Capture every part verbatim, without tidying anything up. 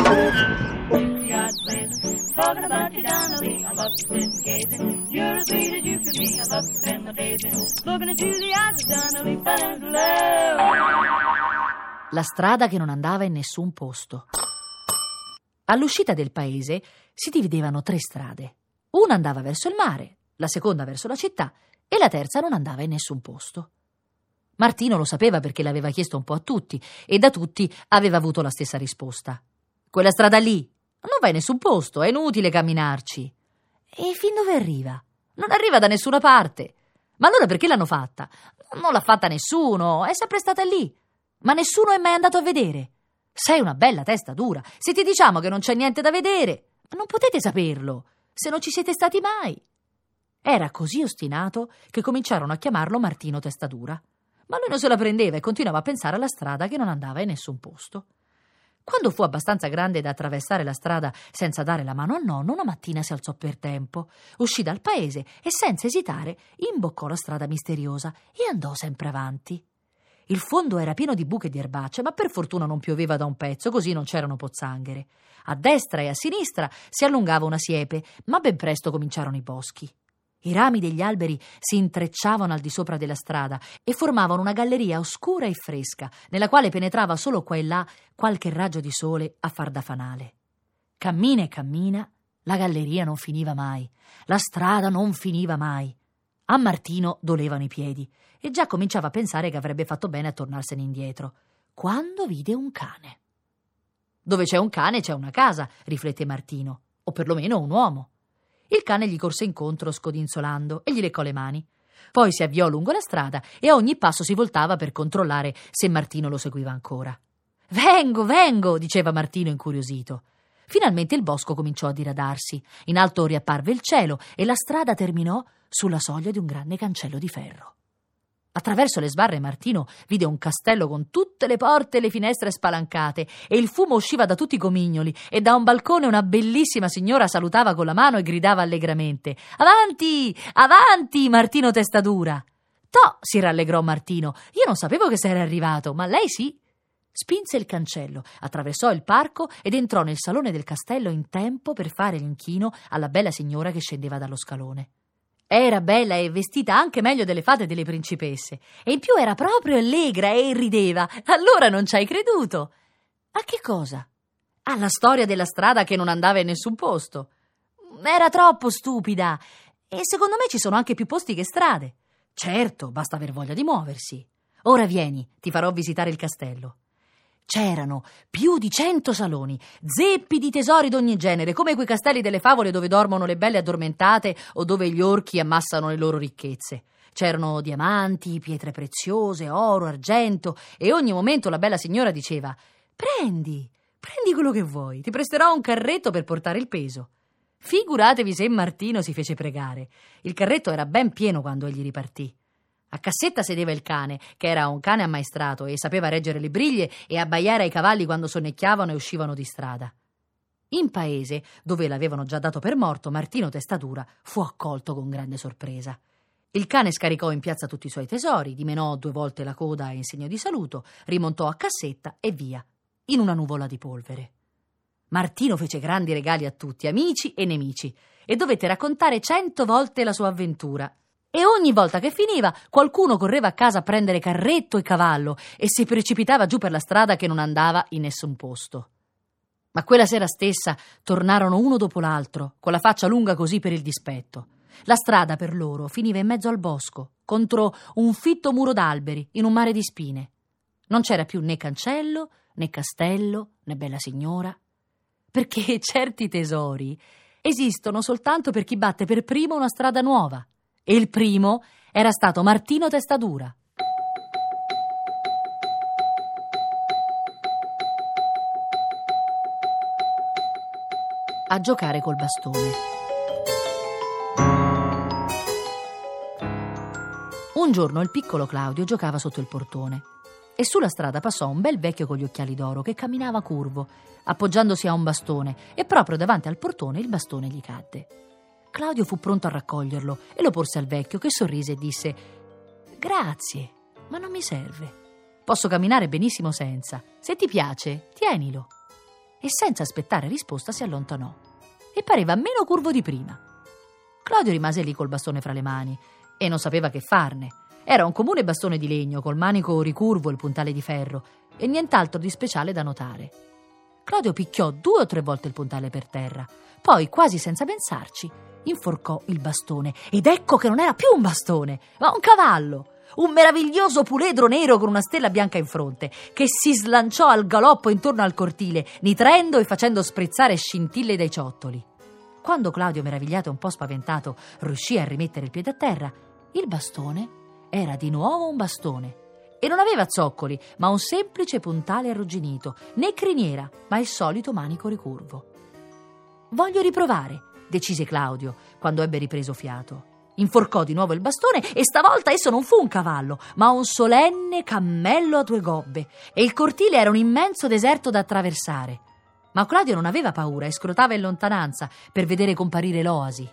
Gypsy eyes blazing, talking about you down the lane. I love to sit and gazing. You're as sweet as you can be. I love to spend my days in looking at you, the eyes of Donnelly, fell in love. La strada che non andava in nessun posto. All'uscita del paese si dividevano tre strade. Una andava verso il mare, la seconda verso la città e la terza non andava in nessun posto. Martino lo sapeva perché l'aveva chiesto un po' a tutti e da tutti aveva avuto la stessa risposta. Quella strada lì non va in nessun posto, è inutile camminarci. E fin dove arriva? Non arriva da nessuna parte. Ma allora perché l'hanno fatta? Non l'ha fatta nessuno, è sempre stata lì. Ma nessuno è mai andato a vedere. Sei una bella testa dura. Se ti diciamo che non c'è niente da vedere, non potete saperlo, se non ci siete stati mai. Era così ostinato che cominciarono a chiamarlo Martino Testadura. Ma lui non se la prendeva e continuava a pensare alla strada che non andava in nessun posto. Quando fu abbastanza grande da attraversare la strada senza dare la mano al nonno, una mattina si alzò per tempo, uscì dal paese e senza esitare imboccò la strada misteriosa e andò sempre avanti. Il fondo era pieno di buche di erbacce, ma per fortuna non pioveva da un pezzo, così non c'erano pozzanghere. A destra e a sinistra si allungava una siepe, ma ben presto cominciarono i boschi. I rami degli alberi si intrecciavano al di sopra della strada e formavano una galleria oscura e fresca, nella quale penetrava solo qua e là qualche raggio di sole a far da fanale. Cammina e cammina, la galleria non finiva mai, la strada non finiva mai. A Martino dolevano i piedi e già cominciava a pensare che avrebbe fatto bene a tornarsene indietro, quando vide un cane. Dove c'è un cane c'è una casa, riflette Martino, o perlomeno un uomo. Il cane gli corse incontro scodinzolando e gli leccò le mani. Poi si avviò lungo la strada e a ogni passo si voltava per controllare se Martino lo seguiva ancora. «Vengo, vengo!» diceva Martino incuriosito. Finalmente il bosco cominciò a diradarsi, in alto riapparve il cielo e la strada terminò sulla soglia di un grande cancello di ferro. Attraverso le sbarre Martino vide un castello con tutte le porte e le finestre spalancate e il fumo usciva da tutti i comignoli e da un balcone una bellissima signora salutava con la mano e gridava allegramente: «Avanti, avanti, Martino Testadura!» «Toh!» si rallegrò Martino, «io non sapevo che sei arrivato, ma lei sì!» Spinse il cancello, attraversò il parco ed entrò nel salone del castello in tempo per fare l'inchino alla bella signora che scendeva dallo scalone. Era bella e vestita anche meglio delle fate e delle principesse, e in più era proprio allegra e rideva. Allora non ci hai creduto. A che cosa? Alla storia della strada che non andava in nessun posto. Era troppo stupida, e secondo me ci sono anche più posti che strade. Certo, basta aver voglia di muoversi. Ora vieni, ti farò visitare il castello. C'erano più di cento saloni, zeppi di tesori d'ogni genere, come quei castelli delle favole dove dormono le belle addormentate o dove gli orchi ammassano le loro ricchezze. C'erano diamanti, pietre preziose, oro, argento, e ogni momento la bella signora diceva: «Prendi, prendi quello che vuoi, ti presterò un carretto per portare il peso». Figuratevi se Martino si fece pregare. Il carretto era ben pieno quando egli ripartì. A cassetta sedeva il cane, che era un cane ammaestrato e sapeva reggere le briglie e abbaiare ai cavalli quando sonnecchiavano e uscivano di strada. In paese, dove l'avevano già dato per morto, Martino Testadura fu accolto con grande sorpresa. Il cane scaricò in piazza tutti i suoi tesori, dimenò due volte la coda in segno di saluto, rimontò a cassetta e via, in una nuvola di polvere. Martino fece grandi regali a tutti, amici e nemici, e dovette raccontare cento volte la sua avventura. E ogni volta che finiva, qualcuno correva a casa a prendere carretto e cavallo e si precipitava giù per la strada che non andava in nessun posto. Ma quella sera stessa tornarono uno dopo l'altro, con la faccia lunga così per il dispetto. La strada per loro finiva in mezzo al bosco, contro un fitto muro d'alberi, in un mare di spine. Non c'era più né cancello, né castello, né bella signora. Perché certi tesori esistono soltanto per chi batte per primo una strada nuova. E il primo era stato Martino Testadura. A giocare col bastone. Un giorno il piccolo Claudio giocava sotto il portone e sulla strada passò un bel vecchio con gli occhiali d'oro che camminava curvo, appoggiandosi a un bastone, e proprio davanti al portone il bastone gli cadde. Claudio fu pronto a raccoglierlo e lo porse al vecchio, che sorrise e disse: «Grazie, ma non mi serve. Posso camminare benissimo senza. Se ti piace, tienilo». e senza aspettare risposta si allontanò e pareva meno curvo di prima. Claudio rimase lì col bastone fra le mani e non sapeva che farne. Era un comune bastone di legno col manico ricurvo e il puntale di ferro e nient'altro di speciale da notare. Claudio picchiò due o tre volte il puntale per terra, poi, quasi senza pensarci, inforcò il bastone ed ecco che non era più un bastone, ma un cavallo, un meraviglioso puledro nero con una stella bianca in fronte, che si slanciò al galoppo intorno al cortile, nitrendo e facendo sprezzare scintille dai ciottoli. Quando Claudio, meravigliato e un po' spaventato, riuscì a rimettere il piede a terra, il bastone era di nuovo un bastone e non aveva zoccoli, ma un semplice puntale arrugginito, né criniera, ma il solito manico ricurvo. «Voglio riprovare», decise Claudio quando ebbe ripreso fiato. Inforcò di nuovo il bastone e stavolta esso non fu un cavallo, ma un solenne cammello a due gobbe, e il cortile era un immenso deserto da attraversare. Ma Claudio non aveva paura e scrutava in lontananza per vedere comparire l'oasi.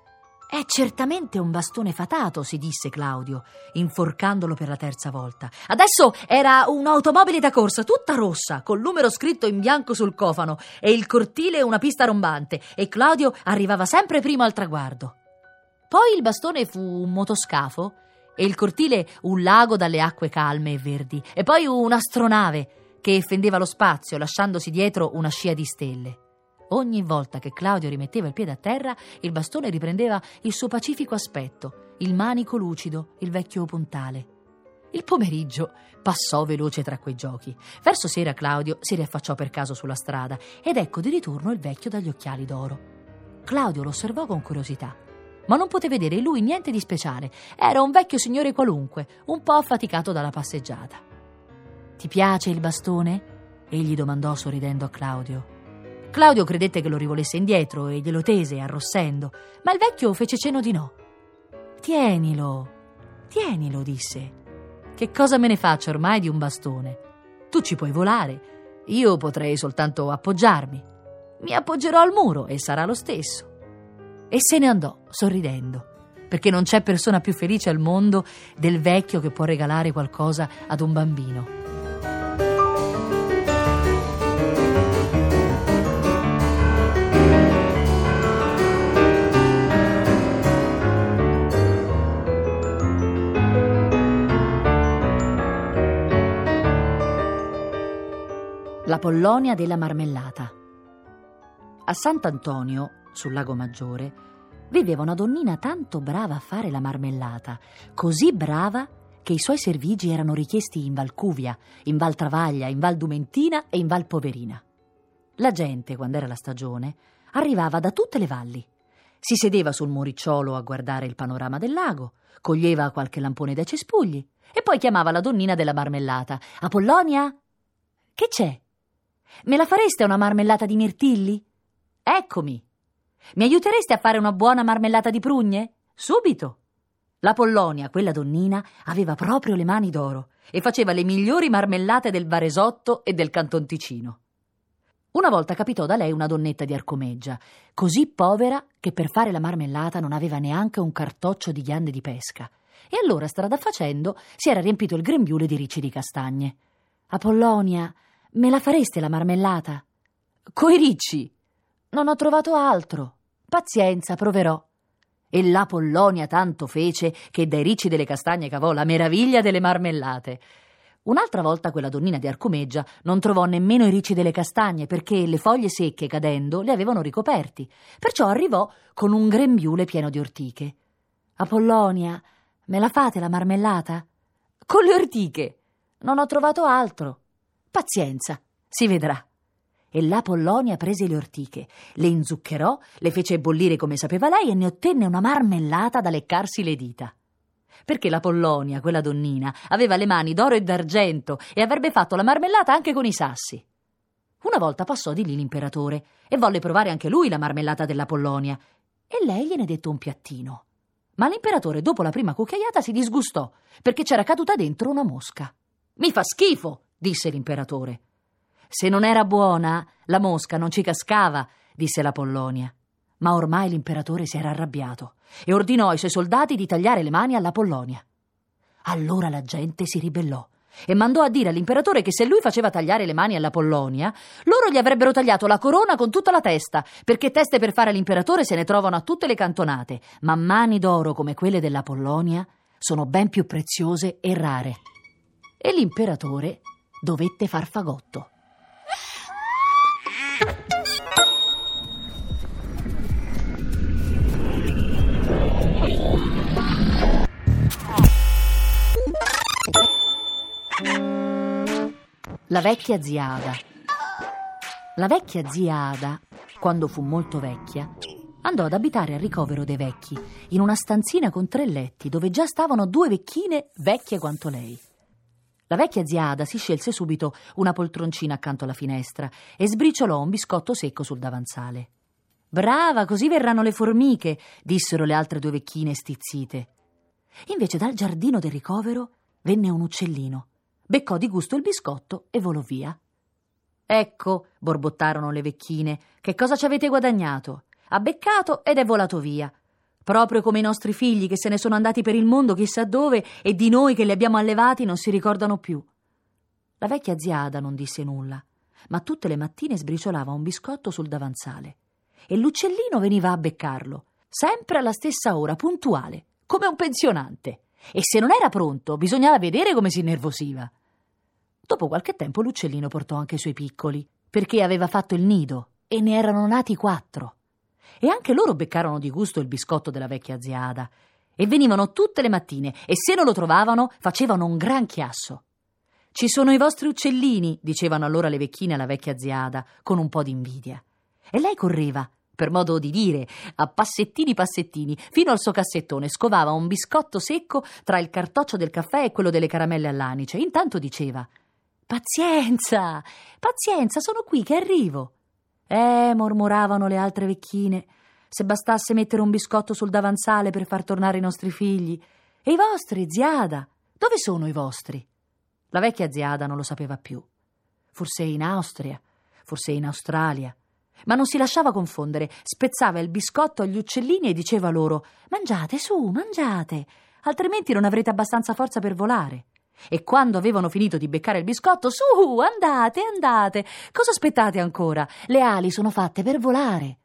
«È certamente un bastone fatato», si disse Claudio, inforcandolo per la terza volta. Adesso era un'automobile da corsa, tutta rossa, col numero scritto in bianco sul cofano, e il cortile una pista rombante, e Claudio arrivava sempre primo al traguardo. Poi il bastone fu un motoscafo, e il cortile un lago dalle acque calme e verdi, e poi un'astronave che fendeva lo spazio, lasciandosi dietro una scia di stelle. Ogni volta che Claudio rimetteva il piede a terra, il bastone riprendeva il suo pacifico aspetto, il manico lucido, il vecchio puntale. Il pomeriggio passò veloce tra quei giochi. Verso sera Claudio si riaffacciò per caso sulla strada ed ecco di ritorno il vecchio dagli occhiali d'oro. Claudio lo osservò con curiosità, ma non poté vedere in lui niente di speciale. Era un vecchio signore qualunque, un po' affaticato dalla passeggiata. «Ti piace il bastone?» egli domandò sorridendo a Claudio. Claudio credette che lo rivolesse indietro e glielo tese, arrossendo, ma il vecchio fece cenno di no. «Tienilo, tienilo», disse. «Che cosa me ne faccio ormai di un bastone? Tu ci puoi volare, io potrei soltanto appoggiarmi. Mi appoggerò al muro e sarà lo stesso». E se ne andò, sorridendo, perché non c'è persona più felice al mondo del vecchio che può regalare qualcosa ad un bambino. La Pollonia della marmellata. A Sant'Antonio, sul Lago Maggiore, viveva una donnina tanto brava a fare la marmellata, così brava che i suoi servigi erano richiesti in Val Cuvia, in Val Travaglia, in Val Dumentina e in Val Poverina. La gente, quando era la stagione, arrivava da tutte le valli. Si sedeva sul muricciolo a guardare il panorama del lago, coglieva qualche lampone dai cespugli e poi chiamava la donnina della marmellata. «Apollonia? Che c'è? Me la fareste una marmellata di mirtilli? Eccomi. Mi aiutereste a fare una buona marmellata di prugne? Subito». La Pollonia, quella donnina, aveva proprio le mani d'oro e faceva le migliori marmellate del Varesotto e del Canton Ticino. Una volta capitò da lei una donnetta di Arcomeggia, così povera che per fare la marmellata non aveva neanche un cartoccio di ghiande di pesca, e allora, strada facendo, si era riempito il grembiule di ricci di castagne. «Apollonia, me la fareste la marmellata?» «Coi ricci? Non ho trovato altro. Pazienza, proverò». E la Pollonia tanto fece che dai ricci delle castagne cavò la meraviglia delle marmellate. Un'altra volta quella donnina di Arcomeggia non trovò nemmeno i ricci delle castagne, perché le foglie secche, cadendo, li avevano ricoperti. Perciò arrivò con un grembiule pieno di ortiche. «Apollonia, me la fate la marmellata?» «Con le ortiche? Non ho trovato altro». «Pazienza, si vedrà». E la Pollonia prese le ortiche, le inzuccherò, le fece bollire come sapeva lei e ne ottenne una marmellata da leccarsi le dita. Perché la Pollonia, quella donnina, aveva le mani d'oro e d'argento e avrebbe fatto la marmellata anche con i sassi. Una volta passò di lì l'imperatore e volle provare anche lui la marmellata della Pollonia e lei gliene dette un piattino. Ma l'imperatore, dopo la prima cucchiaiata, si disgustò perché c'era caduta dentro una mosca. «Mi fa schifo», disse l'imperatore. «Se non era buona, la mosca non ci cascava», disse la Pollonia. Ma ormai l'imperatore si era arrabbiato e ordinò ai suoi soldati di tagliare le mani alla Pollonia. Allora la gente si ribellò e mandò a dire all'imperatore che se lui faceva tagliare le mani alla Polonia, loro gli avrebbero tagliato la corona con tutta la testa, perché teste per fare l'imperatore se ne trovano a tutte le cantonate, ma mani d'oro come quelle della Polonia sono ben più preziose e rare. E l'imperatore dovette far fagotto. La vecchia zia Ada. La vecchia zia Ada, quando fu molto vecchia, andò ad abitare al ricovero dei vecchi, in una stanzina con tre letti, dove già stavano due vecchine vecchie quanto lei. La vecchia zia Ada si scelse subito una poltroncina accanto alla finestra e sbriciolò un biscotto secco sul davanzale. «Brava, così verranno le formiche», dissero le altre due vecchine stizzite. Invece dal giardino del ricovero venne un uccellino, beccò di gusto il biscotto e volò via. «Ecco», borbottarono le vecchine, «che cosa ci avete guadagnato? Ha beccato ed è volato via. Proprio come i nostri figli che se ne sono andati per il mondo chissà dove e di noi che li abbiamo allevati non si ricordano più». La vecchia zia Ada non disse nulla, ma tutte le mattine sbriciolava un biscotto sul davanzale e l'uccellino veniva a beccarlo, sempre alla stessa ora, puntuale, come un pensionante. E se non era pronto, bisognava vedere come si innervosiva. Dopo qualche tempo l'uccellino portò anche i suoi piccoli, perché aveva fatto il nido e ne erano nati quattro. E anche loro beccarono di gusto il biscotto della vecchia zia Ada e venivano tutte le mattine e se non lo trovavano facevano un gran chiasso. «Ci sono i vostri uccellini», dicevano allora le vecchine alla vecchia zia Ada, con un po' di invidia. E lei correva, per modo di dire, a passettini passettini, fino al suo cassettone, scovava un biscotto secco tra il cartoccio del caffè e quello delle caramelle all'anice. Intanto diceva: «Pazienza, pazienza, sono qui che arrivo». Eh, mormoravano le altre vecchine, se bastasse mettere un biscotto sul davanzale per far tornare i nostri figli. E i vostri, zia Ada? Dove sono i vostri? La vecchia zia Ada non lo sapeva più. Forse in Austria, forse in Australia. Ma non si lasciava confondere, spezzava il biscotto agli uccellini e diceva loro: «Mangiate, su, mangiate, altrimenti non avrete abbastanza forza per volare». E quando avevano finito di beccare il biscotto: «Su, andate, andate, cosa aspettate ancora? Le ali sono fatte per volare».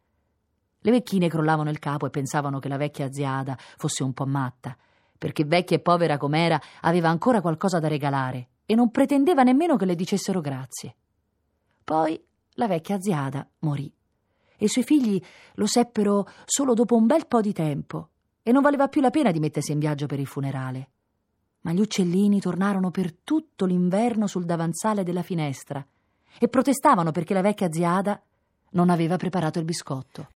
Le vecchine crollavano il capo e pensavano che la vecchia zia Ada fosse un po' matta, perché vecchia e povera com'era aveva ancora qualcosa da regalare e non pretendeva nemmeno che le dicessero grazie. Poi la vecchia zia Ada morì e i suoi figli lo seppero solo dopo un bel po' di tempo e non valeva più la pena di mettersi in viaggio per il funerale. Ma gli uccellini tornarono per tutto l'inverno sul davanzale della finestra e protestavano perché la vecchia zia Ada non aveva preparato il biscotto.